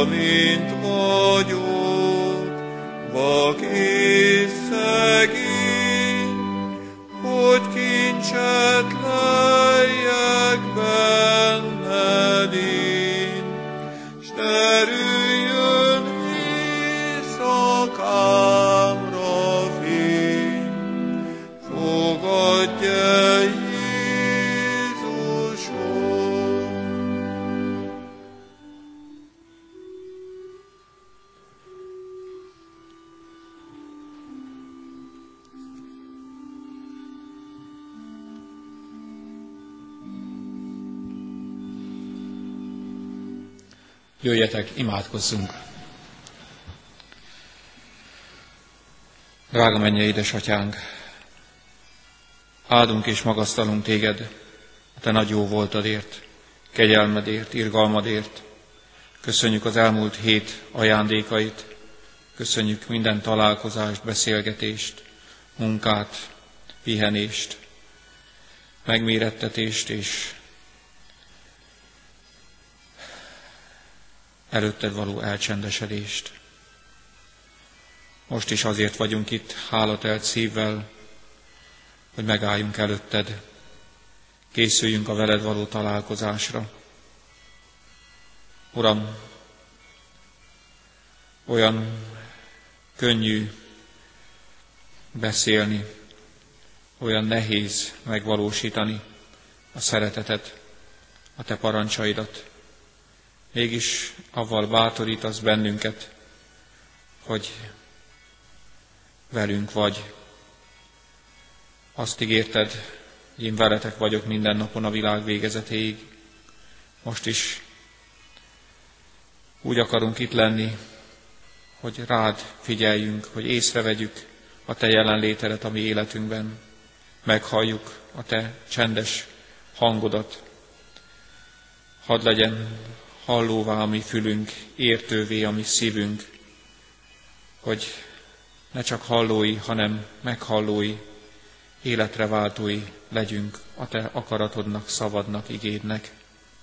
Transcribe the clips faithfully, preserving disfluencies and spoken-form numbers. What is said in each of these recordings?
amint vagyok, vak és szegény, hogy kincset lejjek benned én, s terüljön éjszakámra fény. Fogadj el, Jézusom! Jöjjetek, imádkozzunk! Drága mennyei édesatyánk, áldunk és magasztalunk téged a te nagy jó voltadért, kegyelmedért, irgalmadért. Köszönjük az elmúlt hét ajándékait, köszönjük minden találkozást, beszélgetést, munkát, pihenést, megmérettetést és előtted való elcsendesedést. Most is azért vagyunk itt hálatelt szívvel, hogy megálljunk előtted, készüljünk a veled való találkozásra. Uram, olyan könnyű beszélni, olyan nehéz megvalósítani a szeretetet, a te parancsaidat. Mégis avval bátorítasz bennünket, hogy velünk vagy. Azt ígérted, hogy én veletek vagyok minden napon a világ végezetéig. Most is úgy akarunk itt lenni, hogy rád figyeljünk, hogy észrevegyük a te jelenlétedet a mi életünkben. Meghalljuk a te csendes hangodat. Hadd legyen hallóvá a mi fülünk, értővé a mi szívünk, hogy ne csak hallói, hanem meghallói, életre váltói legyünk a te akaratodnak, szavadnak, igédnek.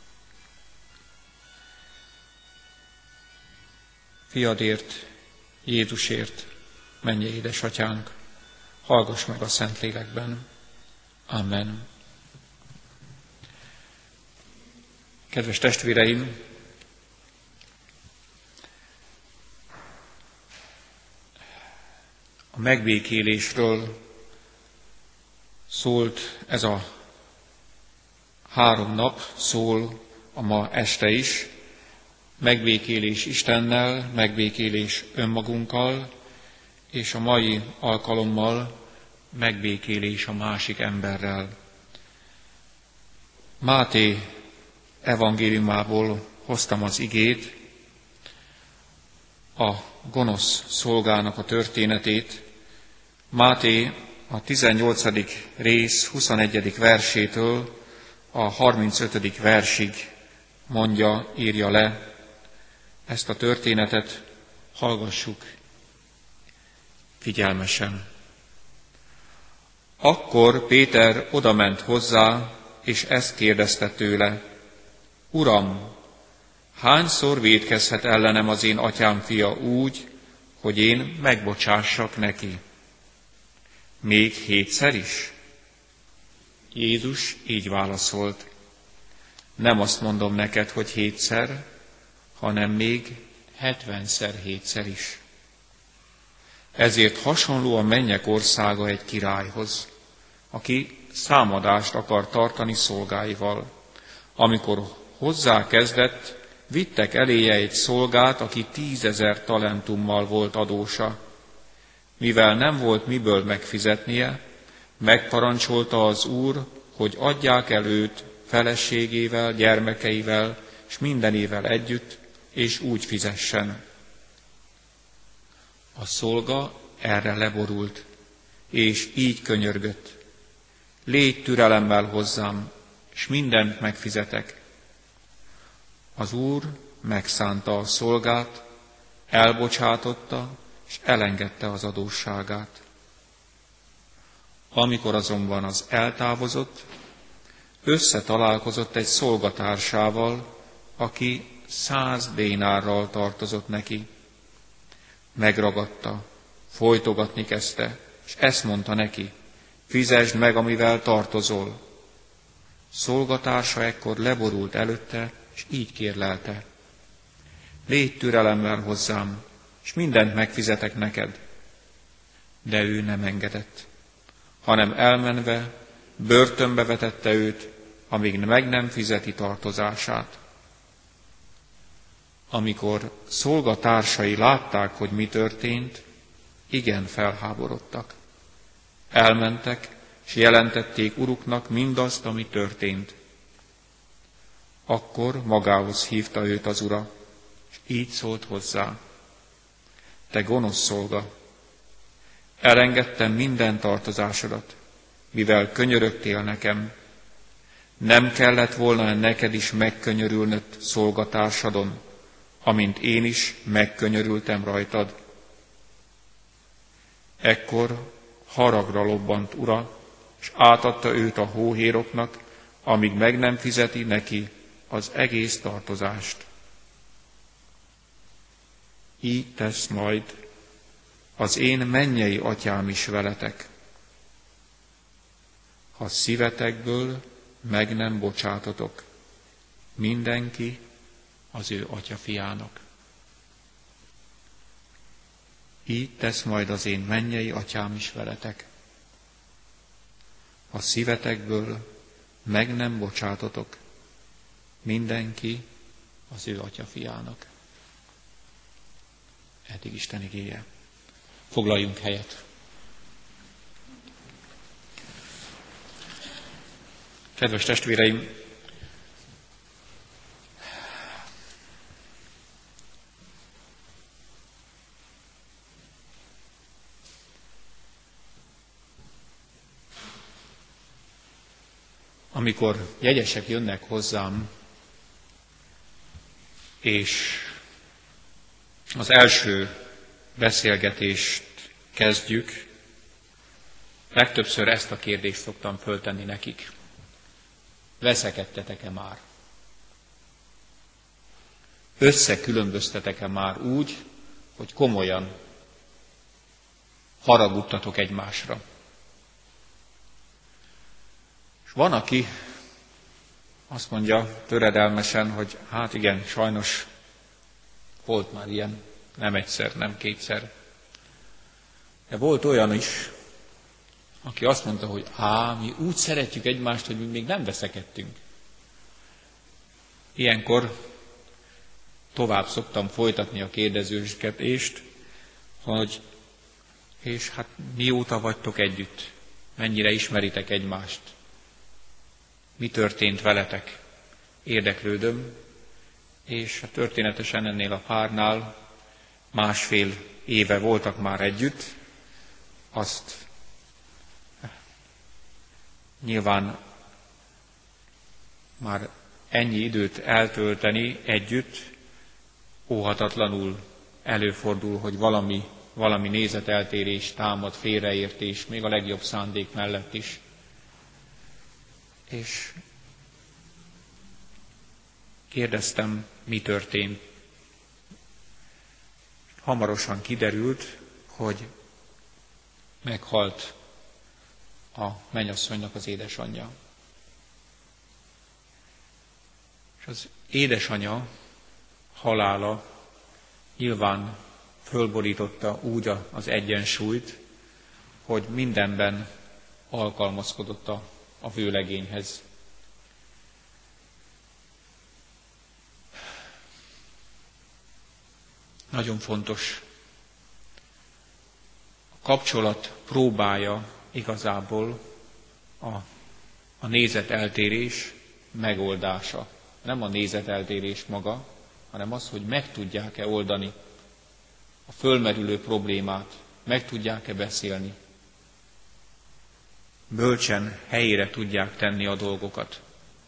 Fiadért, Jézusért, mennyei édesatyánk, hallgass meg a Szentlélekben. Amen. Kedves testvéreim, a megbékélésről szólt ez a három nap, szól a ma este is. Megbékélés Istennel, megbékélés önmagunkkal, és a mai alkalommal megbékélés a másik emberrel. Máté evangéliumából hoztam az igét, a gonosz szolgának a történetét. Máté a tizennyolcadik rész huszonegyedik versétől a harmincötödik versig mondja, írja le ezt a történetet, hallgassuk figyelmesen. Akkor Péter odament hozzá, és ezt kérdezte tőle: Uram, hányszor vétkezhet ellenem az én atyám fia úgy, hogy én megbocsássak neki? Még hétszer is? Jézus így válaszolt: Nem azt mondom neked, hogy hétszer, hanem még hetvenszer hétszer is. Ezért hasonló a mennyek országa egy királyhoz, aki számadást akar tartani szolgáival. Amikor hozzá kezdett, vittek eléje egy szolgát, aki tízezer talentummal volt adósa. Mivel nem volt miből megfizetnie, megparancsolta az úr, hogy adják el őt feleségével, gyermekeivel és mindenével együtt, és úgy fizessen. A szolga erre leborult, és így könyörgött: Légy türelemmel hozzám, és mindent megfizetek. Az úr megszánta a szolgát, elbocsátotta, és elengedte az adósságát. Amikor azonban az eltávozott, összetalálkozott egy szolgatársával, aki száz dénárral tartozott neki. Megragadta, folytogatni kezdte, és ezt mondta neki: fizesd meg, amivel tartozol. Szolgatársa ekkor leborult előtte, és így kérlelte: légy türelemmel hozzám, és mindent megfizetek neked. De ő nem engedett, hanem elmenve börtönbe vetette őt, amíg meg nem fizeti tartozását. Amikor szolgatársai látták, hogy mi történt, igen felháborodtak. Elmentek, és jelentették uruknak mindazt, ami történt. Akkor magához hívta őt az ura, és így szólt hozzá: te gonosz szolga, elengedtem minden tartozásodat, mivel könyörögtél nekem. Nem kellett volna neked is megkönyörülnöd szolgatársadon, amint én is megkönyörültem rajtad. Ekkor haragra lobbant ura, és átadta őt a hóhéroknak, amíg meg nem fizeti neki az egész tartozást. Így tesz majd az én mennyei atyám is veletek, ha szívetekből meg nem bocsátotok mindenki az ő atyafiának. Így tesz majd az én mennyei atyám is veletek, ha szívetekből meg nem bocsátotok mindenki az ő atyafiának. Eddig Isten igéje. Foglaljunk helyet. Kedves testvéreim, amikor jegyesek jönnek hozzám, és az első beszélgetést kezdjük, legtöbbször ezt a kérdést szoktam föltenni nekik: veszekedtetek-e már? Összekülönböztetek-e már úgy, hogy komolyan haragudtatok egymásra? És van, aki azt mondja töredelmesen, hogy hát igen, sajnos volt már ilyen, nem egyszer, nem kétszer. De volt olyan is, aki azt mondta, hogy á, mi úgy szeretjük egymást, hogy mi még nem veszekedtünk. Ilyenkor tovább szoktam folytatni a kérdezőskedést, hogy és hát mióta vagytok együtt? Mennyire ismeritek egymást? Mi történt veletek? Érdeklődöm, és hát történetesen ennél a párnál másfél éve voltak már együtt. Azt nyilván már ennyi időt eltölteni együtt óhatatlanul előfordul, hogy valami, valami nézeteltérés támad, félreértés, még a legjobb szándék mellett is. És kérdeztem, mi történt. Hamarosan kiderült, hogy meghalt a mennyasszonynak az édesanyja. És az édesanya halála nyilván fölborította úgy az egyensúlyt, hogy mindenben alkalmazkodott a, a vőlegényhez. Nagyon fontos. A kapcsolat próbája igazából a, a nézeteltérés megoldása. Nem a nézeteltérés maga, hanem az, hogy meg tudják-e oldani a fölmerülő problémát, meg tudják-e beszélni. Bölcsen helyére tudják tenni a dolgokat.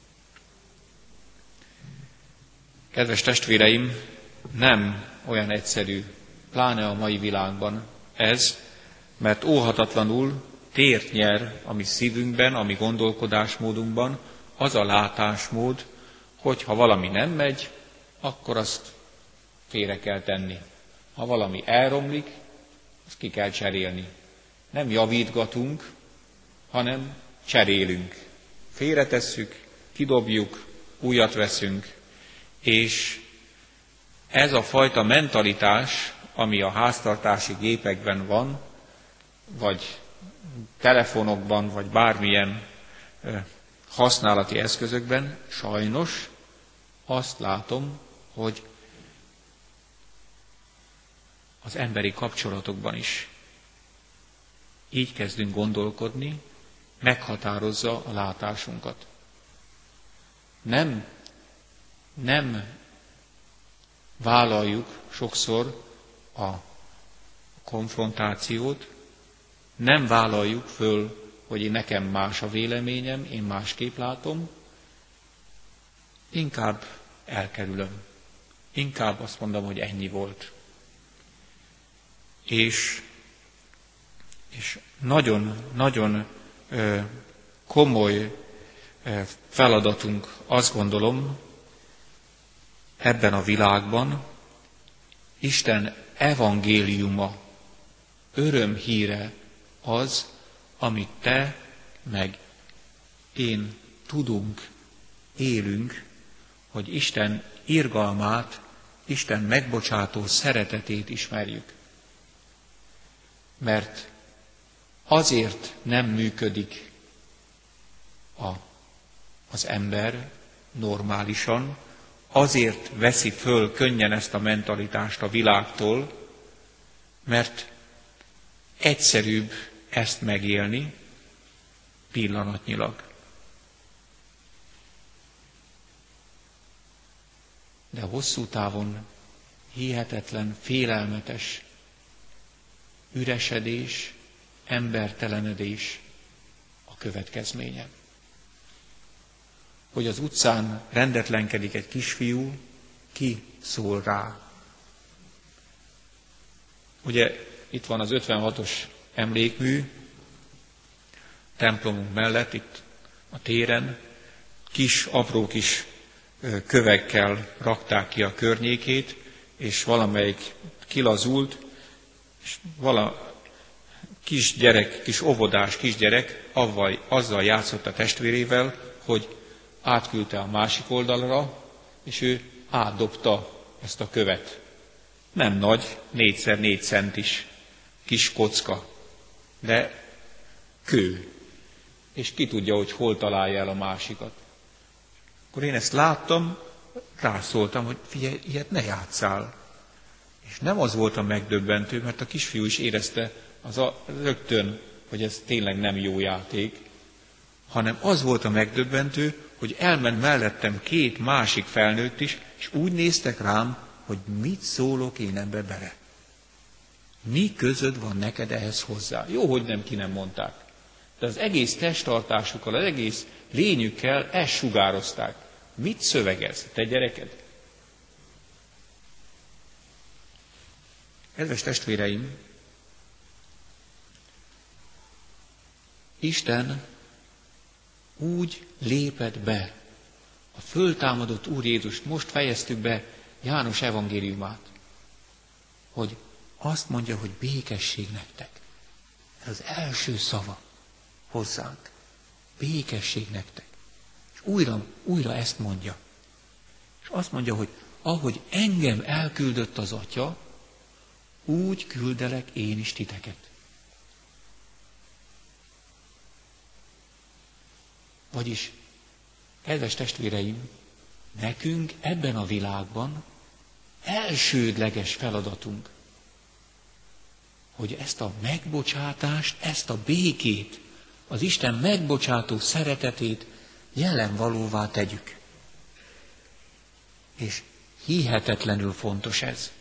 Kedves testvéreim, nem olyan egyszerű, pláne a mai világban ez, mert óhatatlanul tért nyer a mi szívünkben, a mi gondolkodásmódunkban az a látásmód, hogy ha valami nem megy, akkor azt félre kell tenni. Ha valami elromlik, azt ki kell cserélni. Nem javítgatunk, hanem cserélünk. Félretesszük, kidobjuk, újat veszünk, és ez a fajta mentalitás, ami a háztartási gépekben van, vagy telefonokban, vagy bármilyen használati eszközökben, sajnos azt látom, hogy az emberi kapcsolatokban is így kezdünk gondolkodni, meghatározza a látásunkat. Nem, nem vállaljuk sokszor a konfrontációt, nem vállaljuk föl, hogy nekem más a véleményem, én másképp látom, inkább elkerülöm. Inkább azt mondom, hogy ennyi volt. És, és nagyon, nagyon ö, komoly ö, feladatunk, azt gondolom, ebben a világban, Isten evangéliuma, örömhíre az, amit te, meg én tudunk, élünk, hogy Isten irgalmát, Isten megbocsátó szeretetét ismerjük. Mert azért nem működik a, az ember normálisan, azért veszi föl könnyen ezt a mentalitást a világtól, mert egyszerűbb ezt megélni pillanatnyilag. De hosszú távon hihetetlen, félelmetes üresedés, embertelenedés a következménye. Hogy az utcán rendetlenkedik egy kisfiú, ki szól rá? Ugye itt van az ötvenhatos emlékmű, templomunk mellett, itt a téren, kis, apró kis kövekkel rakták ki a környékét, és valamelyik kilazult, és vala kisgyerek, kis óvodás kisgyerek avval, azzal játszott a testvérével, hogy átküldte a másik oldalra, és ő átdobta ezt a követ. Nem nagy, négyszer négy centis kis kocka, de kő. És ki tudja, hogy hol találja el a másikat. Akkor én ezt láttam, rászóltam, hogy figyelj, ilyet ne játsszál. És nem az volt a megdöbbentő, mert a kisfiú is érezte az a, rögtön, hogy ez tényleg nem jó játék, hanem az volt a megdöbbentő, hogy elment mellettem két másik felnőtt is, és úgy néztek rám, hogy mit szólok én ebbe bele. Mi közöd van neked ehhez hozzá? Jó, hogy nem ki nem mondták. De az egész testtartásukkal, az egész lényükkel ezt sugározták. Mit szövegez, te gyereked? Kedves testvéreim, Isten úgy lépett be, a föltámadott Úr Jézust, most fejeztük be János evangéliumát, hogy azt mondja, hogy békesség nektek. Ez az első szava hozzánk. Békesség nektek. És újra, újra ezt mondja. És azt mondja, hogy ahogy engem elküldött az Atya, úgy küldelek én is titeket. Vagyis, kedves testvéreim, nekünk ebben a világban elsődleges feladatunk, hogy ezt a megbocsátást, ezt a békét, az Isten megbocsátó szeretetét jelen valóvá tegyük. És hihetetlenül fontos ez.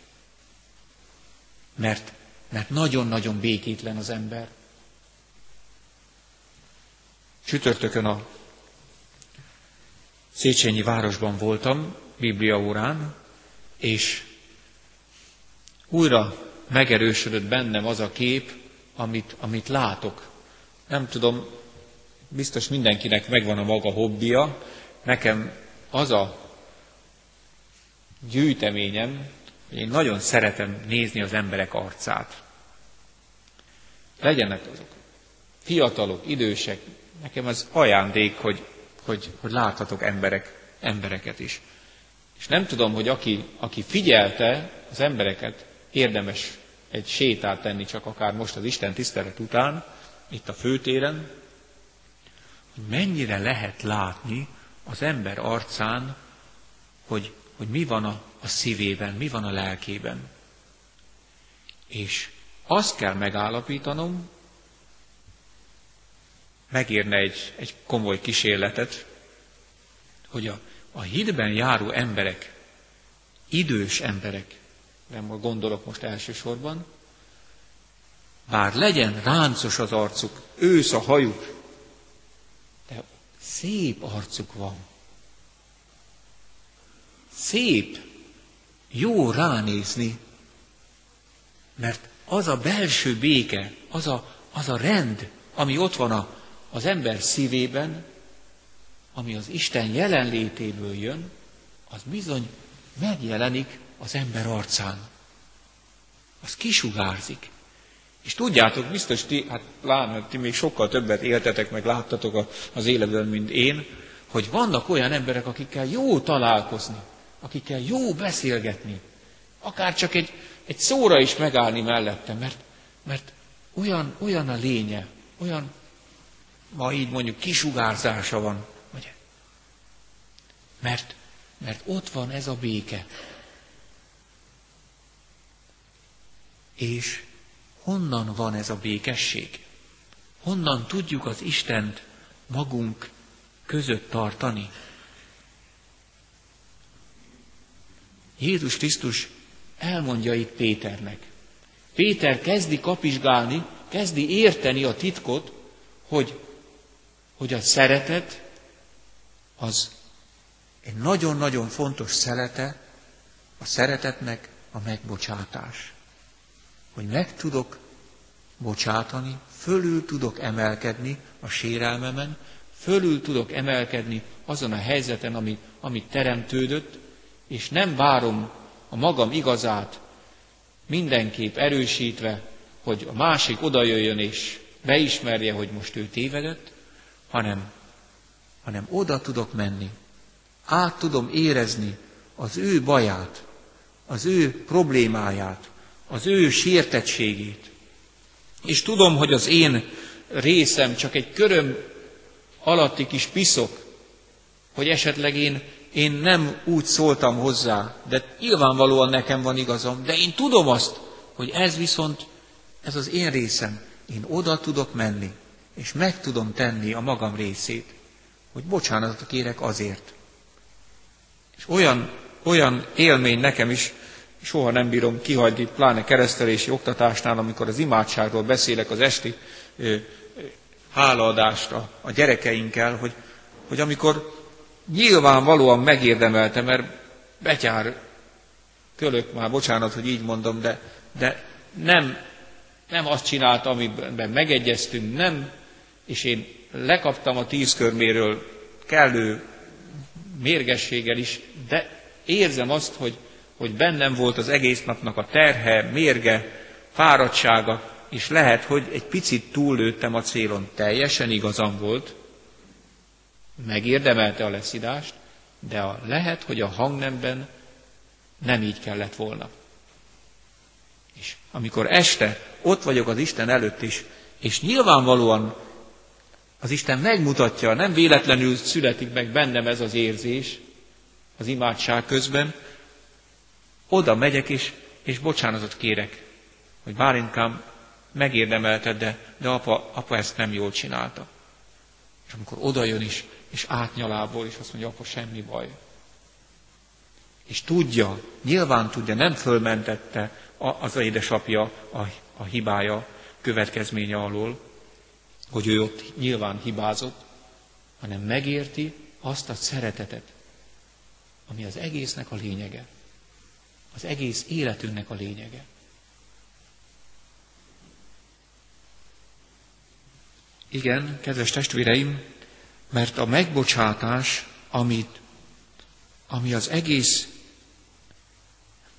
Mert, mert nagyon-nagyon békétlen az ember. Csütörtökön a Széchenyi városban voltam, bibliaórán, és újra megerősödött bennem az a kép, amit, amit látok. Nem tudom, biztos mindenkinek megvan a maga hobbija, nekem az a gyűjteményem, hogy én nagyon szeretem nézni az emberek arcát. Legyenek azok fiatalok, idősek, nekem az ajándék, hogy, hogy, hogy láthatok emberek, embereket is. És nem tudom, hogy aki, aki figyelte az embereket, érdemes egy sétát tenni, csak akár most az Isten tisztelet után, itt a főtéren, hogy mennyire lehet látni az ember arcán, hogy, hogy mi van a, a szívében, mi van a lelkében. És azt kell megállapítanom, megérne egy, egy komoly kísérletet, hogy a, a hitben járó emberek, idős emberek, nem gondolok most elsősorban, bár legyen ráncos az arcuk, ősz a hajuk, de szép arcuk van. Szép, jó ránézni, mert az a belső béke, az a, az a rend, ami ott van a, az ember szívében, ami az Isten jelenlétéből jön, az bizony megjelenik az ember arcán. Az kisugárzik. És tudjátok, biztos ti, hát pláne ti még sokkal többet éltetek, meg láttatok az életben, mint én, hogy vannak olyan emberek, akikkel jó találkozni, akikkel jó beszélgetni, akár csak egy, egy szóra is megállni mellette, mert, mert olyan, olyan a lénye, olyan, ma így mondjuk kisugárzása van, ugye? Mert, mert ott van ez a béke. És honnan van ez a békesség? Honnan tudjuk az Istent magunk között tartani? Jézus Krisztus elmondja itt Péternek. Péter kezdi kapizsgálni, kezdi érteni a titkot, hogy, hogy a szeretet az egy nagyon-nagyon fontos szelete a szeretetnek a megbocsátás. Hogy meg tudok bocsátani, fölül tudok emelkedni a sérelmemen, fölül tudok emelkedni azon a helyzeten, ami, ami teremtődött, és nem várom a magam igazát mindenképp erősítve, hogy a másik odajöjjön és beismerje, hogy most ő tévedett, hanem, hanem oda tudok menni. Át tudom érezni az ő baját, az ő problémáját, az ő sértettségét. És tudom, hogy az én részem csak egy köröm alatti kis piszok, hogy esetleg én, én nem úgy szóltam hozzá, de nyilvánvalóan nekem van igazam, de én tudom azt, hogy ez viszont, ez az én részem. Én oda tudok menni, és meg tudom tenni a magam részét, hogy bocsánatot kérek azért. És olyan, olyan élmény nekem is, soha nem bírom kihagyni, pláne keresztelési oktatásnál, amikor az imádságról beszélek, az esti ö, ö, hálaadást a, a gyerekeinkkel, hogy, hogy amikor nyilvánvalóan megérdemelte, mert betyár kölök már, bocsánat, hogy így mondom, de, de nem, nem azt csinálta, amiben megegyeztünk, nem, és én lekaptam a tíz körméről kellő mérgességgel is, de érzem azt, hogy, hogy bennem volt az egész napnak a terhe, mérge, fáradtsága, és lehet, hogy egy picit túllőttem a célon. Teljesen igazam volt, megérdemelte a leszidást, de a, lehet, hogy a hangnemben nem így kellett volna. És amikor este ott vagyok az Isten előtt is, és nyilvánvalóan az Isten megmutatja, nem véletlenül születik meg bennem ez az érzés az imádság közben, oda megyek és, és bocsánatot kérek, hogy Bálintkám, megérdemelted, de, de apa, apa ezt nem jól csinálta. És amikor oda jön is, és átnyalából, és azt mondja, apa, semmi baj. És tudja, nyilván tudja, nem fölmentette az édesapja a, a hibája következménye alól, hogy ő ott nyilván hibázott, hanem megérti azt a szeretetet, ami az egésznek a lényege. Az egész életünknek a lényege. Igen, kedves testvéreim, mert a megbocsátás, amit, ami az egész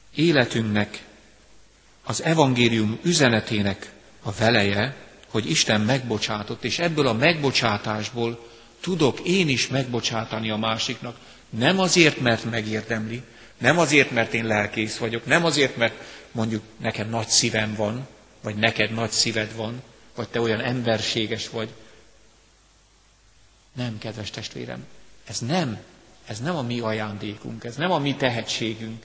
életünknek, az evangélium üzenetének a veleje, hogy Isten megbocsátott, és ebből a megbocsátásból tudok én is megbocsátani a másiknak. Nem azért, mert megérdemli, nem azért, mert én lelkész vagyok, nem azért, mert mondjuk nekem nagy szívem van, vagy neked nagy szíved van, vagy te olyan emberséges vagy. Nem, kedves testvérem, ez nem, ez nem a mi ajándékunk, ez nem a mi tehetségünk.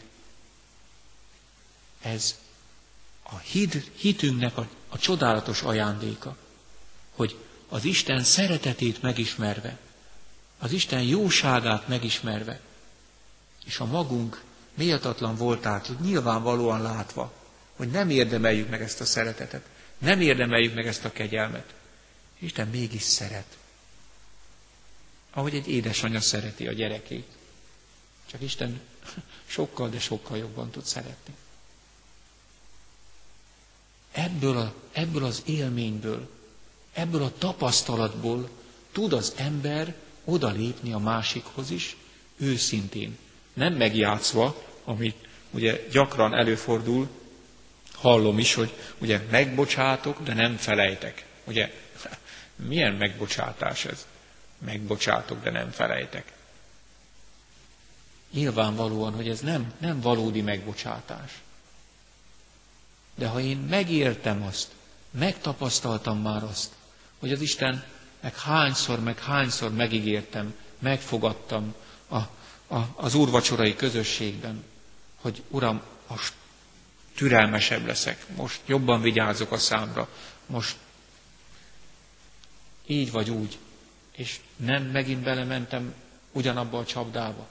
Ez a hit, hitünknek a, a csodálatos ajándéka, hogy az Isten szeretetét megismerve, az Isten jóságát megismerve, és a magunk méltatlan voltát nyilvánvalóan látva, hogy nem érdemeljük meg ezt a szeretetet, nem érdemeljük meg ezt a kegyelmet. Isten mégis szeret. Ahogy egy édesanyja szereti a gyerekét. Csak Isten sokkal, de sokkal jobban tud szeretni. Ebből, a, ebből az élményből, ebből a tapasztalatból tud az ember odalépni a másikhoz is, őszintén. Nem megjátszva, amit ugye gyakran előfordul, hallom is, hogy ugye megbocsátok, de nem felejtek. Ugye, milyen megbocsátás ez? Megbocsátok, de nem felejtek. Nyilvánvalóan, hogy ez nem, nem valódi megbocsátás. De ha én megértem azt, megtapasztaltam már azt, hogy az Istennek hányszor, meg hányszor megígértem, megfogadtam a, a, az úrvacsorai közösségben, hogy Uram, most türelmesebb leszek, most jobban vigyázok a számra, most így vagy úgy, és nem megint belementem ugyanabba a csapdába.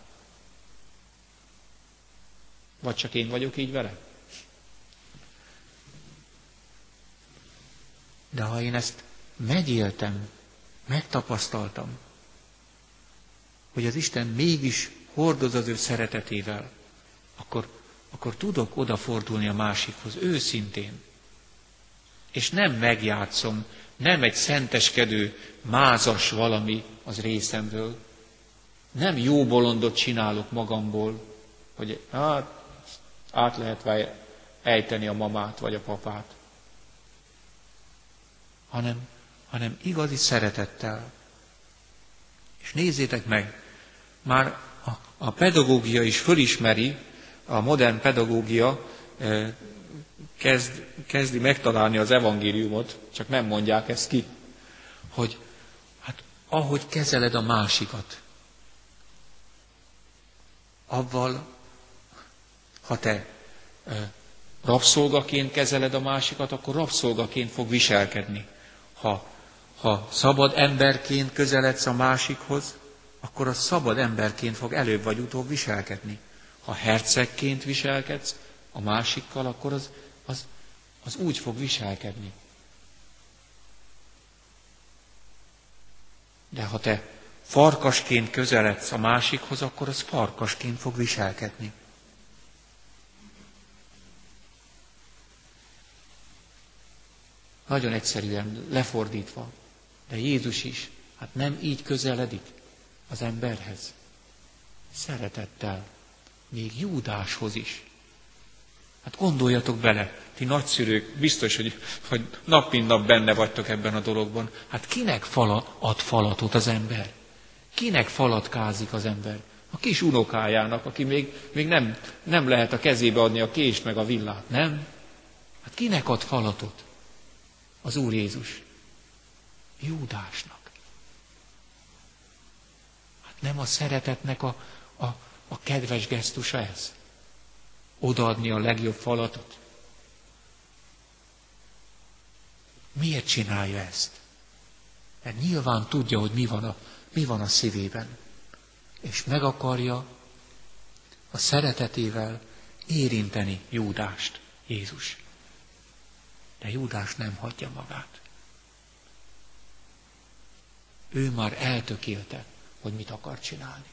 Vagy csak én vagyok így vele? De ha én ezt megéltem, megtapasztaltam, hogy az Isten mégis hordoz az ő szeretetével, akkor, akkor tudok odafordulni a másikhoz őszintén. És nem megjátszom, nem egy szenteskedő, mázas valami az részemről. Nem jó bolondot csinálok magamból, hogy hát, át lehet ejteni a mamát vagy a papát. Hanem, hanem igazi szeretettel. És nézzétek meg, már a, a pedagógia is fölismeri, a modern pedagógia eh, kezd, kezdi megtalálni az evangéliumot, csak nem mondják ezt ki, hogy hát ahogy kezeled a másikat, avval, ha te eh, rabszolgaként kezeled a másikat, akkor rabszolgaként fog viselkedni. Ha, ha szabad emberként közeledsz a másikhoz, akkor az szabad emberként fog előbb vagy utóbb viselkedni. Ha hercegként viselkedsz a másikkal, akkor az, az, az úgy fog viselkedni. De ha te farkasként közeledsz a másikhoz, akkor az farkasként fog viselkedni. Nagyon egyszerűen lefordítva, de Jézus is, hát nem így közeledik az emberhez. Szeretettel, még Júdáshoz is. Hát gondoljatok bele, ti nagyszülők, biztos, hogy, hogy nap mint nap benne vagytok ebben a dologban. Hát kinek fala ad falatot az ember? Kinek falatkázik az ember? A kis unokájának, aki még, még nem, nem lehet a kezébe adni a kést meg a villát, nem? Hát kinek ad falatot? Az Úr Jézus. Júdásnak. Hát nem a szeretetnek a, a, a kedves gesztusa ez? Odaadni a legjobb falatot? Miért csinálja ezt? Mert nyilván tudja, hogy mi van a, mi van a szívében. És meg akarja a szeretetével érinteni Júdást, Jézus. De Júdás nem hagyja magát. Ő már eltökélte, hogy mit akar csinálni.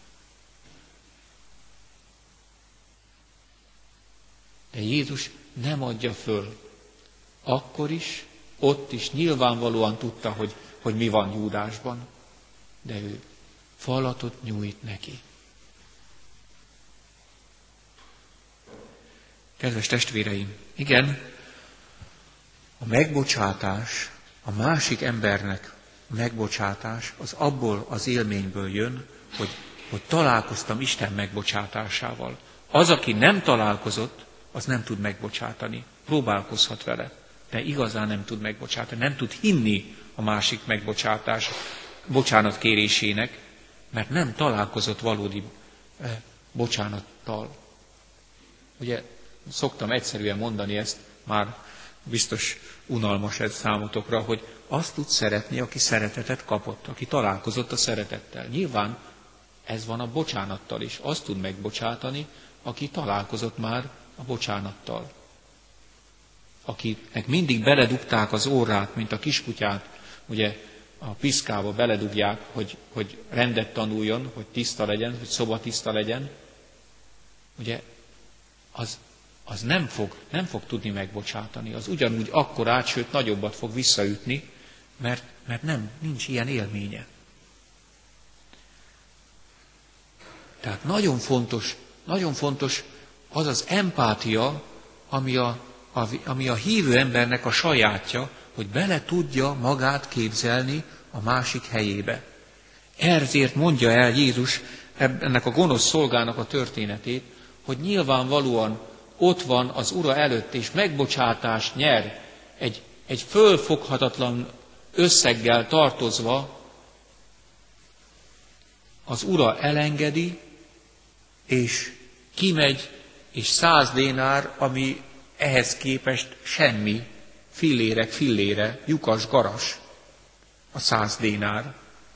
De Jézus nem adja föl. Akkor is, ott is nyilvánvalóan tudta, hogy, hogy mi van Júdásban, de ő falatot nyújt neki. Kedves testvéreim, igen, a megbocsátás, a másik embernek a megbocsátás, az abból az élményből jön, hogy, hogy találkoztam Isten megbocsátásával. Az, aki nem találkozott, az nem tud megbocsátani. Próbálkozhat vele, de igazán nem tud megbocsátani. Nem tud hinni a másik megbocsátás, bocsánat kérésének, mert nem találkozott valódi eh, bocsánattal. Ugye szoktam egyszerűen mondani ezt, már biztos unalmas ez számotokra, hogy azt tud szeretni, aki szeretetet kapott, aki találkozott a szeretettel. Nyilván ez van a bocsánattal is. Azt tud megbocsátani, aki találkozott már a bocsánattal. Akinek mindig beledugták az órát, mint a kiskutyát, ugye a piszkába beledugják, hogy, hogy rendet tanuljon, hogy tiszta legyen, hogy szoba tiszta legyen, ugye az, az nem, fog, nem fog tudni megbocsátani. Az ugyanúgy akkor át, sőt nagyobbat fog visszaütni, mert, mert nem, nincs ilyen élménye. Tehát nagyon fontos, nagyon fontos az az empátia, ami a, a, ami a hívő embernek a sajátja, hogy bele tudja magát képzelni a másik helyébe. Ezért mondja el Jézus ennek a gonosz szolgának a történetét, hogy nyilvánvalóan ott van az Ura előtt, és megbocsátást nyer egy, egy fölfoghatatlan összeggel tartozva, az Ura elengedi, és kimegy, és száz dénár, ami ehhez képest semmi, fillérek fillére, lyukas garas, a száz dénár.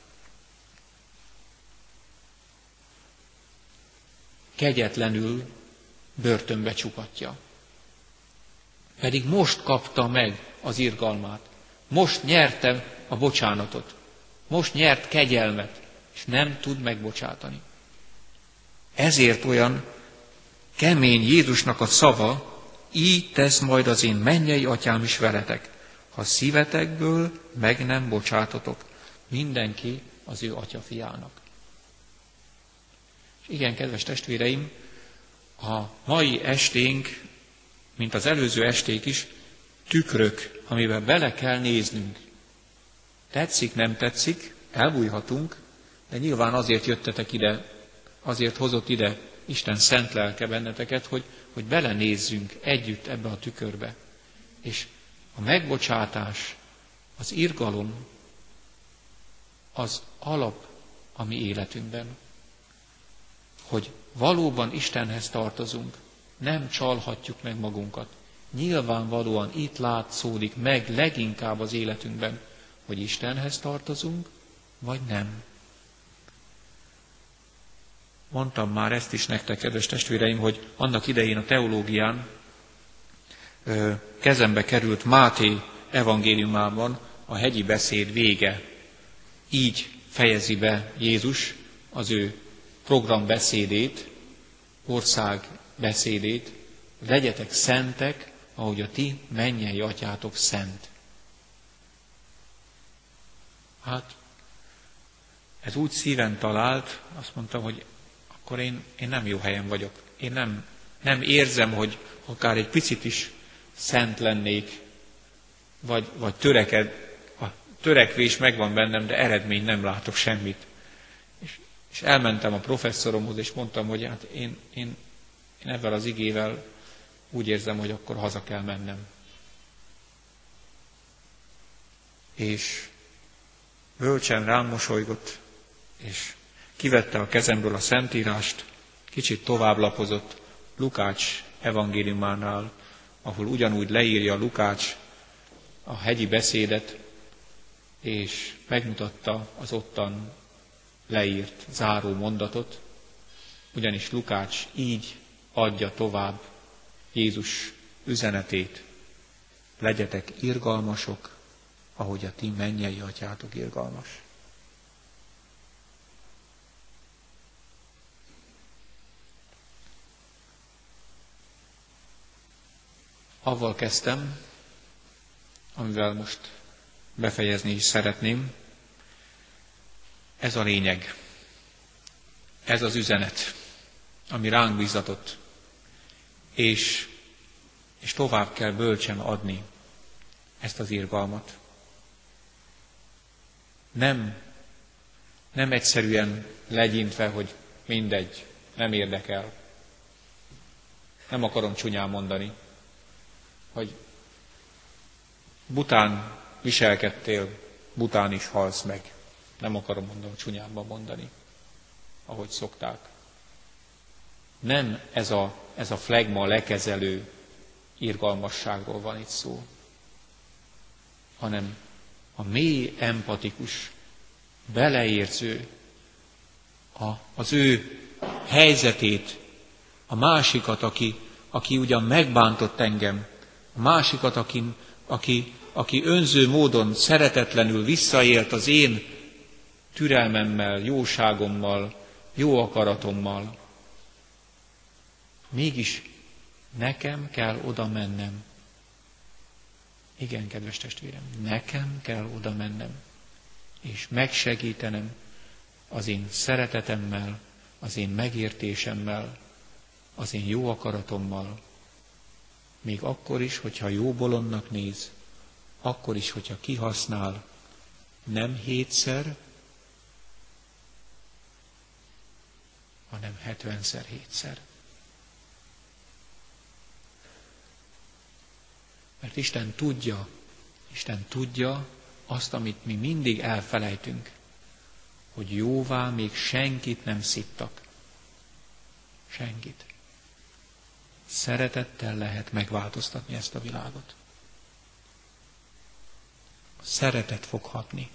Kegyetlenül börtönbe csukatja. Pedig most kapta meg az irgalmát. Most nyerte a bocsánatot. Most nyert kegyelmet, és nem tud megbocsátani. Ezért olyan kemény Jézusnak a szava, így tesz majd az én mennyei atyám is veletek, ha szívetekből meg nem bocsátotok mindenki az ő atyafiának. És igen, kedves testvéreim, a mai esténk, mint az előző esték is, tükrök, amiben bele kell néznünk. Tetszik, nem tetszik, elbújhatunk, de nyilván azért jöttetek ide, azért hozott ide Isten szent lelke benneteket, hogy, hogy belenézzünk együtt ebbe a tükörbe. És a megbocsátás, az irgalom, az alap a mi életünkben. Hogy valóban Istenhez tartozunk, nem csalhatjuk meg magunkat. Nyilvánvalóan itt látszódik meg leginkább az életünkben, hogy Istenhez tartozunk, vagy nem. Mondtam már ezt is nektek, kedves testvéreim, hogy annak idején a teológián ö, kezembe került Máté evangéliumában a hegyi beszéd vége. Így fejezi be Jézus az ő programbeszédét, országbeszédét, legyetek szentek, ahogy a ti mennyei atyátok szent. Hát, ez úgy szíven talált, azt mondtam, hogy akkor én, én nem jó helyen vagyok. Én nem, nem érzem, hogy akár egy picit is szent lennék, vagy, vagy töreked, a törekvés megvan bennem, de eredmény nem látok semmit. És, és elmentem a professzoromhoz, és mondtam, hogy hát én, én, én ebben az igével úgy érzem, hogy akkor haza kell mennem. És bölcsen rám mosolygott, és kivette a kezemből a Szentírást, kicsit tovább lapozott Lukács evangéliumánál, ahol ugyanúgy leírja Lukács a hegyi beszédet, és megmutatta az ottan leírt záró mondatot, ugyanis Lukács így adja tovább Jézus üzenetét. Legyetek irgalmasok, ahogy a ti mennyei atyátok irgalmas. Avval kezdtem, amivel most befejezni is szeretném. Ez a lényeg. Ez az üzenet, ami ránk bízatott. És és tovább kell bölcsen adni ezt az irgalmat. Nem, nem egyszerűen legyintve, hogy mindegy, nem érdekel. Nem akarom csúnyán mondani, hogy bután viselkedtél, bután is halsz meg. Nem akarom mondani, csúnyánban mondani, ahogy szokták. Nem ez a, ez a flegma lekezelő irgalmasságról van itt szó, hanem a mély, empatikus, beleérző, a, az ő helyzetét, a másikat, aki, aki ugyan megbántott engem, a másikat, aki, aki, aki önző módon szeretetlenül visszaélt az én türelmemmel, jóságommal, jó akaratommal. Mégis nekem kell oda mennem. Igen, kedves testvérem, nekem kell oda mennem, és megsegítenem az én szeretetemmel, az én megértésemmel, az én jó akaratommal, még akkor is, hogyha jó bolondnak néz, akkor is, hogyha kihasznál, nem hétszer, hanem hetvenszer hétszer. Mert Isten tudja, Isten tudja azt, amit mi mindig elfelejtünk, hogy jóvá még senkit nem szittak. Senkit. Szeretettel lehet megváltoztatni ezt a világot. A szeretet fog hatni.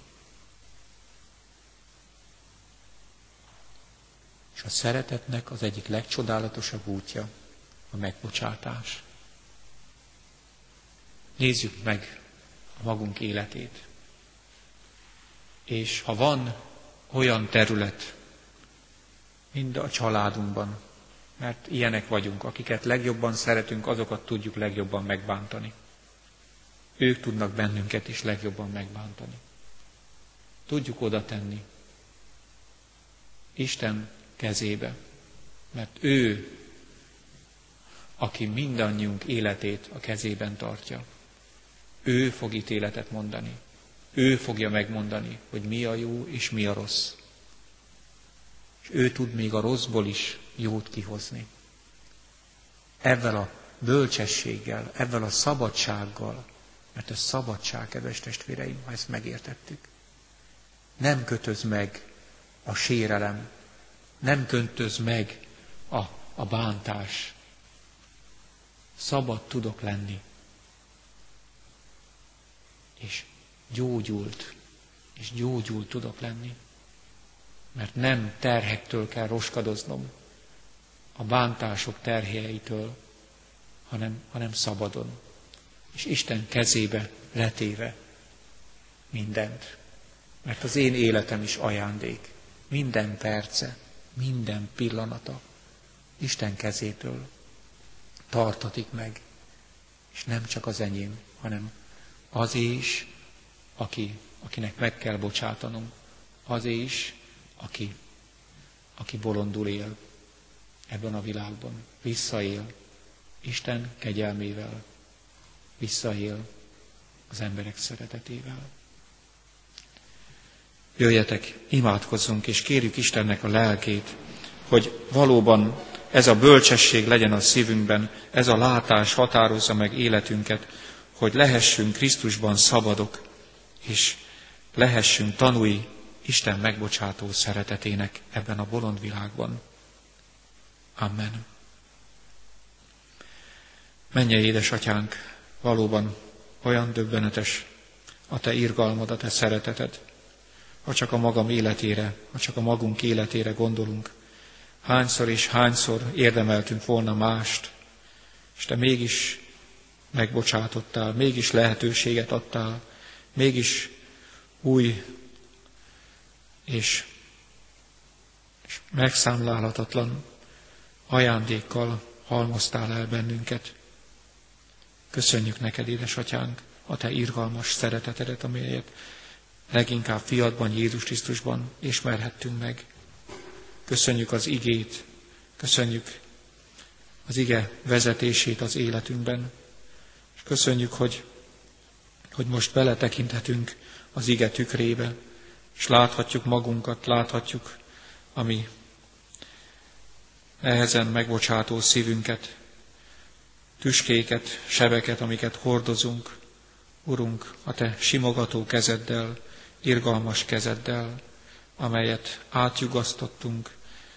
És a szeretetnek az egyik legcsodálatosabb útja a megbocsátás. Nézzük meg a magunk életét. És ha van olyan terület, mind a családunkban, mert ilyenek vagyunk, akiket legjobban szeretünk, azokat tudjuk legjobban megbántani. Ők tudnak bennünket is legjobban megbántani. Tudjuk oda tenni Isten kezébe, mert ő, aki mindannyiunk életét a kezében tartja. Ő fog ítéletet mondani. Ő fogja megmondani, hogy mi a jó és mi a rossz. És ő tud még a rosszból is jót kihozni. Ezzel a bölcsességgel, ezzel a szabadsággal, mert ez szabadság, kedves testvéreim, ha ezt megértettük. Nem kötöz meg a sérelem, nem kötöz meg a, a bántás. Szabad tudok lenni. És gyógyult, és gyógyult tudok lenni. Mert nem terhektől kell roskadoznom, a bántások terheitől, hanem, hanem szabadon. És Isten kezébe letéve mindent. Mert az én életem is ajándék. Minden perce, minden pillanata Isten kezétől tartatik meg. És nem csak az enyém, hanem az is, aki, akinek meg kell bocsátanom. Az is, aki, aki bolondul él ebben a világban. Visszaél Isten kegyelmével. Visszaél az emberek szeretetével. Jöjjetek, imádkozzunk, és kérjük Istennek a lelkét, hogy valóban ez a bölcsesség legyen a szívünkben, ez a látás határozza meg életünket, hogy lehessünk Krisztusban szabadok, és lehessünk tanúi Isten megbocsátó szeretetének ebben a bolond világban. Amen. Mennyei édesatyánk, valóban olyan döbbenetes a te irgalmad, a te szereteted. Ha csak a magam életére, ha csak a magunk életére gondolunk, hányszor és hányszor érdemeltünk volna mást, és te mégis megbocsátottál, mégis lehetőséget adtál, mégis új és, és megszámlálhatatlan ajándékkal halmoztál el bennünket. Köszönjük neked, édesatyánk, a te irgalmas szeretetedet, amelyet leginkább fiadban, Jézus Krisztusban ismerhettünk meg. Köszönjük az igét, köszönjük az ige vezetését az életünkben, És köszönjük, hogy, hogy most beletekinthetünk az ige tükrébe, és láthatjuk magunkat, láthatjuk a mi nehezen megbocsátó szívünket, tüskéket, sebeket, amiket hordozunk. Urunk, a Te simogató kezeddel, irgalmas kezeddel, amelyet átjugasztottunk,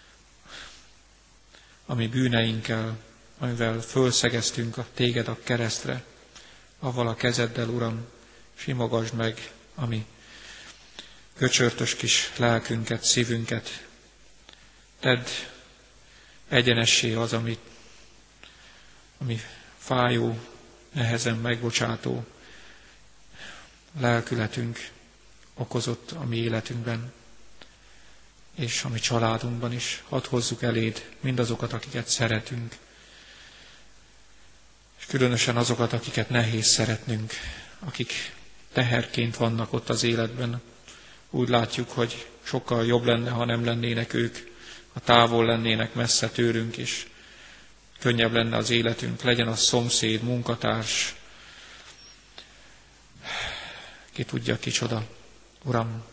ami bűneinkkel, amivel fölszegeztünk a Téged a keresztre, avval a kezeddel, Uram, simogasd meg a mi köcsörtös kis lelkünket, szívünket. Tedd egyenessé az, ami, ami fájó, nehezen megbocsátó lelkületünk okozott a mi életünkben, és a mi családunkban is. Hadd hozzuk eléd mindazokat, akiket szeretünk, és különösen azokat, akiket nehéz szeretnünk, akik teherként vannak ott az életben. Úgy látjuk, hogy sokkal jobb lenne, ha nem lennének ők, ha távol lennének messze tőlünk, és könnyebb lenne az életünk, legyen az szomszéd, munkatárs, ki tudja kicsoda. Uram,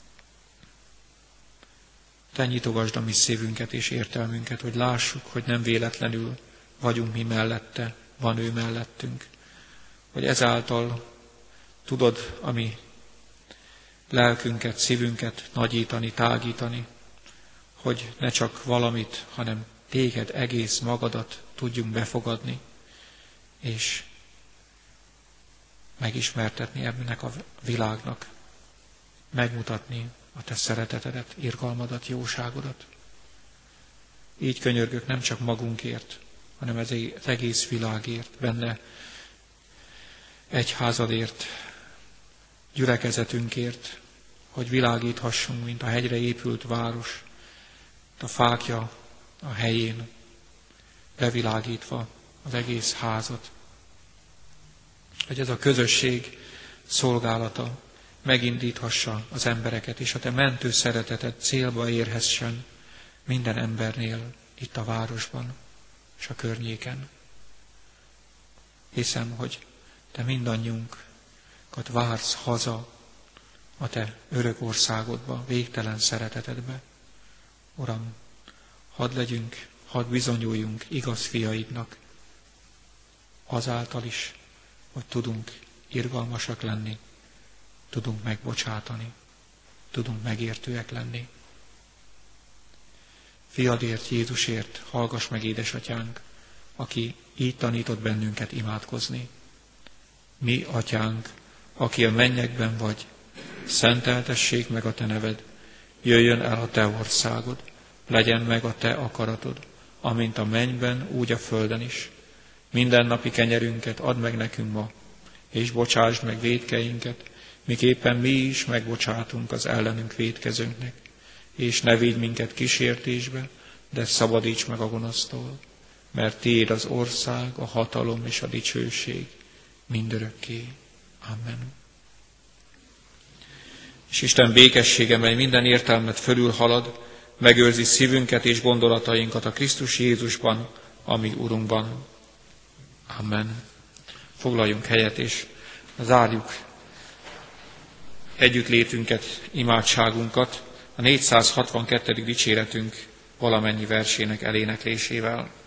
Te nyitogasd a mi szívünket és értelmünket, hogy lássuk, hogy nem véletlenül vagyunk mi mellette, van ő mellettünk, hogy ezáltal tudod a mi lelkünket, szívünket nagyítani, tágítani, hogy ne csak valamit, hanem Téged, egész magadat tudjunk befogadni, és megismertetni ennek a világnak, megmutatni a Te szeretetedet, irgalmadat, jóságodat. Így könyörgök nem csak magunkért, hanem ez az egész világért, benne egyházadért, gyülekezetünkért, hogy világíthassunk, mint a hegyre épült város, a fákja a helyén, bevilágítva az egész házat. Hogy ez a közösség szolgálata megindíthassa az embereket, és a Te mentő szereteted célba érhessen minden embernél itt a városban és a környéken. Hiszem, hogy Te mindannyiunkat vársz haza a Te örök országodba, végtelen szeretetedbe. Uram, hadd legyünk, hadd bizonyuljunk igaz fiaidnak, azáltal is, hogy tudunk irgalmasak lenni, tudunk megbocsátani, tudunk megértőek lenni. Fiadért, Jézusért hallgass meg, édesatyánk, aki így tanított bennünket imádkozni. Mi, atyánk, aki a mennyekben vagy, szenteltessék meg a Te neved, jöjjön el a Te országod, legyen meg a Te akaratod, amint a mennyben, úgy a földön is. Mindennapi kenyerünket add meg nekünk ma, és bocsásd meg vétkeinket, miképpen mi is megbocsátunk az ellenünk vétkezőnknek, és ne védj minket kísértésbe, de szabadíts meg a gonosztól, mert Tiéd az ország, a hatalom és a dicsőség mindörökké. Amen. És Isten békessége, mely minden értelmet fölülhalad, megőrzi szívünket és gondolatainkat a Krisztus Jézusban, a mi Urunkban. Amen. Foglaljunk helyet, és zárjuk együttlétünket, imádságunkat a négyszázhatvankettedik dicséretünk valamennyi versének eléneklésével.